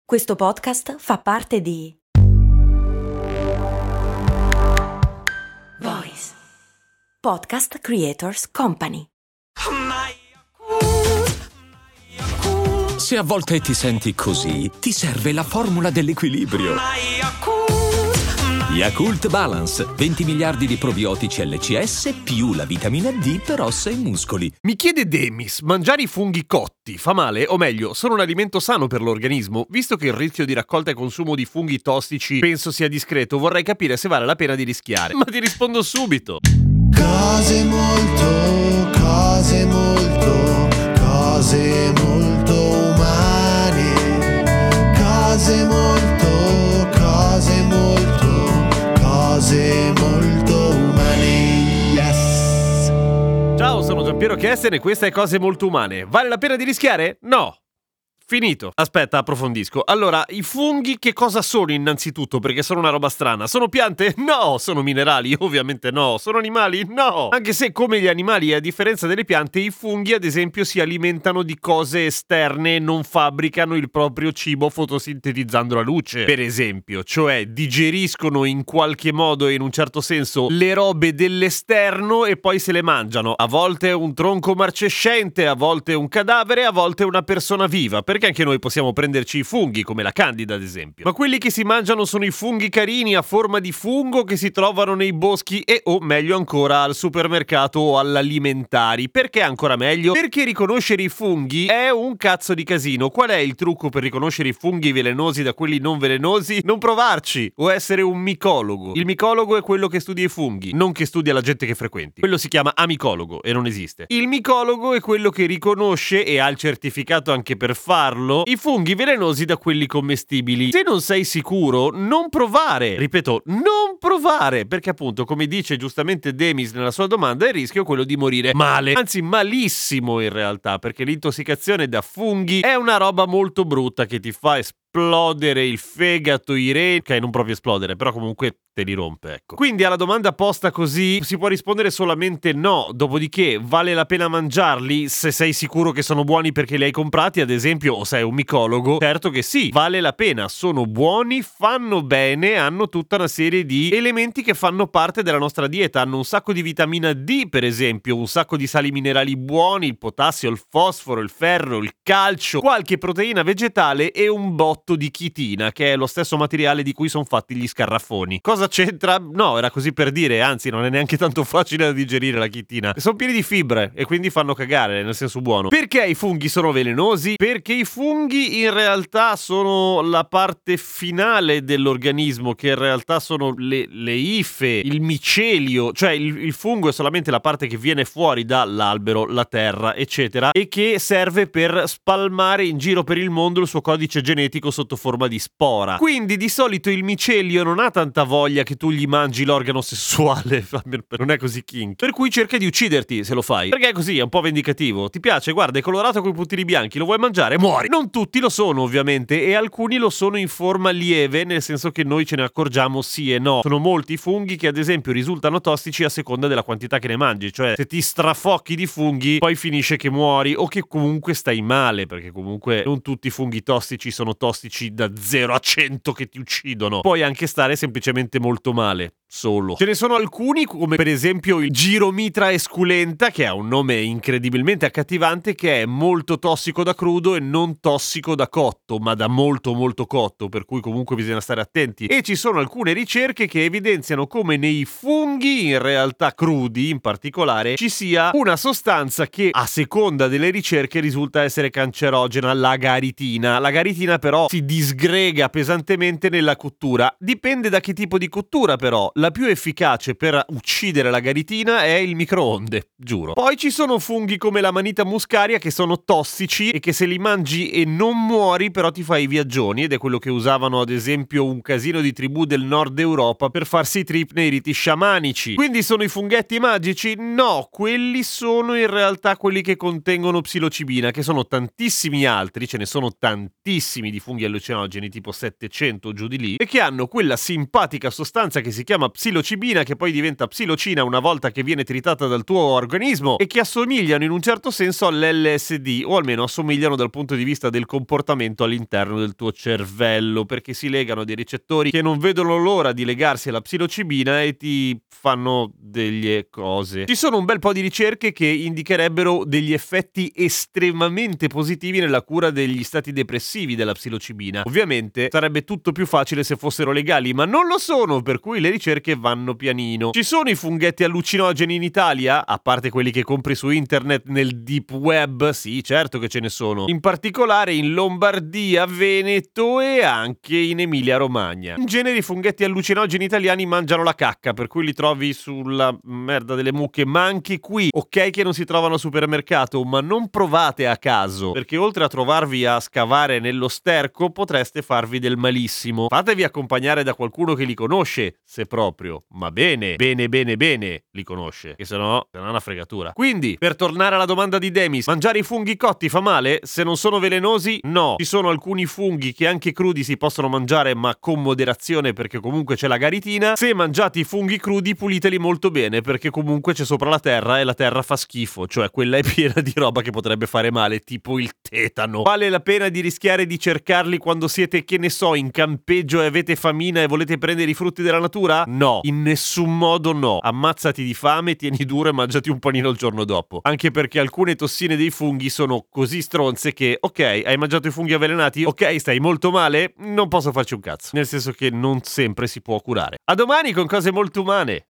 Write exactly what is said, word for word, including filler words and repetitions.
Questo podcast fa parte di Voice Podcast Creators Company. Se a volte ti senti così, ti serve la formula dell'equilibrio. Yakult Balance, venti miliardi di probiotici L C S più la vitamina D per ossa e muscoli. Mi chiede Demis, mangiare i funghi cotti fa male? O meglio, sono un alimento sano per l'organismo? Visto che il rischio di raccolta e consumo di funghi tossici penso sia discreto, vorrei capire se vale la pena di rischiare. Ma ti rispondo subito. Cose molto, cose molto, cose molto umane. Cose molto, cose molto, cose molto umane. Yes. Ciao, sono Giampiero Kesten e questa è Cose Molto Umane. Vale la pena di rischiare? No. Finito. Aspetta, approfondisco. Allora, i funghi che cosa sono innanzitutto? Perché sono una roba strana. Sono piante? No. Sono minerali? Ovviamente no. Sono animali? No. Anche se, come gli animali, a differenza delle piante, i funghi, ad esempio, si alimentano di cose esterne e non fabbricano il proprio cibo fotosintetizzando la luce. Per esempio, cioè digeriscono in qualche modo e in un certo senso le robe dell'esterno e poi se le mangiano. A volte un tronco marcescente, a volte un cadavere, a volte una persona viva. Perché anche noi possiamo prenderci i funghi, come la candida ad esempio. Ma quelli che si mangiano sono i funghi carini a forma di fungo che si trovano nei boschi e o meglio ancora al supermercato o all'alimentari. Perché ancora meglio? Perché riconoscere i funghi è un cazzo di casino. Qual è il trucco per riconoscere i funghi velenosi da quelli non velenosi? Non provarci o essere un micologo. Il micologo è quello che studia i funghi, non che studia la gente che frequenti. Quello si chiama amicologo e non esiste. Il micologo è quello che riconosce e ha il certificato anche per farlo i funghi velenosi da quelli commestibili. Se non sei sicuro, non provare. Ripeto, non provare, perché appunto, come dice giustamente Demis nella sua domanda, il rischio è quello di morire male, anzi malissimo in realtà, perché l'intossicazione da funghi è una roba molto brutta che ti fa esplodere il fegato, i reni, ok, non proprio esplodere, però comunque te li rompe, ecco. Quindi alla domanda posta così si può rispondere solamente no. Dopodiché vale la pena mangiarli se sei sicuro che sono buoni perché li hai comprati, ad esempio, o sei un micologo? Certo che sì, vale la pena, sono buoni, fanno bene, hanno tutta una serie di elementi che fanno parte della nostra dieta, hanno un sacco di vitamina D per esempio, un sacco di sali minerali buoni, il potassio, il fosforo, il ferro, il calcio, qualche proteina vegetale e un botto di chitina, che è lo stesso materiale di cui sono fatti gli scarafoni. Cosa c'entra? No, era così per dire, anzi non è neanche tanto facile da digerire la chitina. Sono pieni di fibre e quindi fanno cagare, nel senso buono. Perché i funghi sono velenosi? Perché i funghi in realtà sono la parte finale dell'organismo, che in realtà sono le, le ife, il micelio, cioè il, il fungo è solamente la parte che viene fuori dall'albero, la terra, eccetera, e che serve per spalmare in giro per il mondo il suo codice genetico sotto forma di spora. Quindi di solito il micelio non ha tanta voglia che tu gli mangi l'organo sessuale, non è così kink, per cui cerca di ucciderti se lo fai, perché è così, è un po' vendicativo. Ti piace? Guarda, è colorato coi puntini bianchi, lo vuoi mangiare? Muori! Non tutti lo sono ovviamente, e alcuni lo sono in forma lieve, nel senso che noi ce ne accorgiamo sì e no. Sono molti funghi che ad esempio risultano tossici a seconda della quantità che ne mangi, cioè se ti strafocchi di funghi poi finisce che muori o che comunque stai male, perché comunque non tutti i funghi tossici sono tossici da zero a cento che ti uccidono. Puoi anche stare semplicemente molto male. Solo. Ce ne sono alcuni, come per esempio il Giromitra esculenta, che ha un nome incredibilmente accattivante, che è molto tossico da crudo e non tossico da cotto, ma da molto molto cotto, per cui comunque bisogna stare attenti. E ci sono alcune ricerche che evidenziano come nei funghi, in realtà crudi in particolare, ci sia una sostanza che a seconda delle ricerche risulta essere cancerogena, l'agaritina. L'agaritina però si disgrega pesantemente nella cottura. Dipende da che tipo di cottura però. La più efficace per uccidere la garitina è il microonde, giuro. Poi ci sono funghi come la manita muscaria che sono tossici e che se li mangi e non muori però ti fai i viaggioni, ed è quello che usavano ad esempio un casino di tribù del nord Europa per farsi i trip nei riti sciamanici. Quindi sono i funghetti magici? No, quelli sono in realtà quelli che contengono psilocibina, che sono tantissimi altri, ce ne sono tantissimi di funghi allucinogeni, tipo settecento giù di lì, e che hanno quella simpatica sostanza che si chiama chiama psilocibina, che poi diventa psilocina una volta che viene tritata dal tuo organismo e che assomigliano in un certo senso all'L S D, o almeno assomigliano dal punto di vista del comportamento all'interno del tuo cervello, perché si legano a dei recettori che non vedono l'ora di legarsi alla psilocibina e ti fanno delle cose. Ci sono un bel po' di ricerche che indicherebbero degli effetti estremamente positivi nella cura degli stati depressivi della psilocibina. Ovviamente sarebbe tutto più facile se fossero legali, ma non lo sono, per cui le ricerche vanno pianino. Ci sono i funghetti allucinogeni in Italia? A parte quelli che compri su internet nel deep web, sì, certo che ce ne sono. In particolare in Lombardia, Veneto e anche in Emilia-Romagna. In genere i funghetti allucinogeni italiani mangiano la cacca, per cui li trovi sulla merda delle mucche, ma anche qui, ok che non si trovano al supermercato, ma non provate a caso, perché oltre a trovarvi a scavare nello sterco, potreste farvi del malissimo. Fatevi accompagnare da qualcuno che li conosce, se proprio, ma bene, bene, bene, bene li conosce, che se no è una fregatura. Quindi, per tornare alla domanda di Demis, mangiare i funghi cotti fa male? Se non sono velenosi, no. Ci sono alcuni funghi che anche crudi si possono mangiare, ma con moderazione, perché comunque c'è la garitina. Se mangiate i funghi crudi, puliteli molto bene, perché comunque c'è sopra la terra e la terra fa schifo, cioè quella è piena di roba che potrebbe fare male, tipo il tetano. Vale la pena di rischiare di cercarli quando siete, che ne so, in campeggio e avete famina e volete prendere i frutti della natura? No, in nessun modo no. Ammazzati di fame, tieni duro e mangiati un panino il giorno dopo. Anche perché alcune tossine dei funghi sono così stronze che, ok, hai mangiato i funghi avvelenati? Ok, stai molto male? Non posso farci un cazzo. Nel senso che non sempre si può curare. A domani con cose molto umane.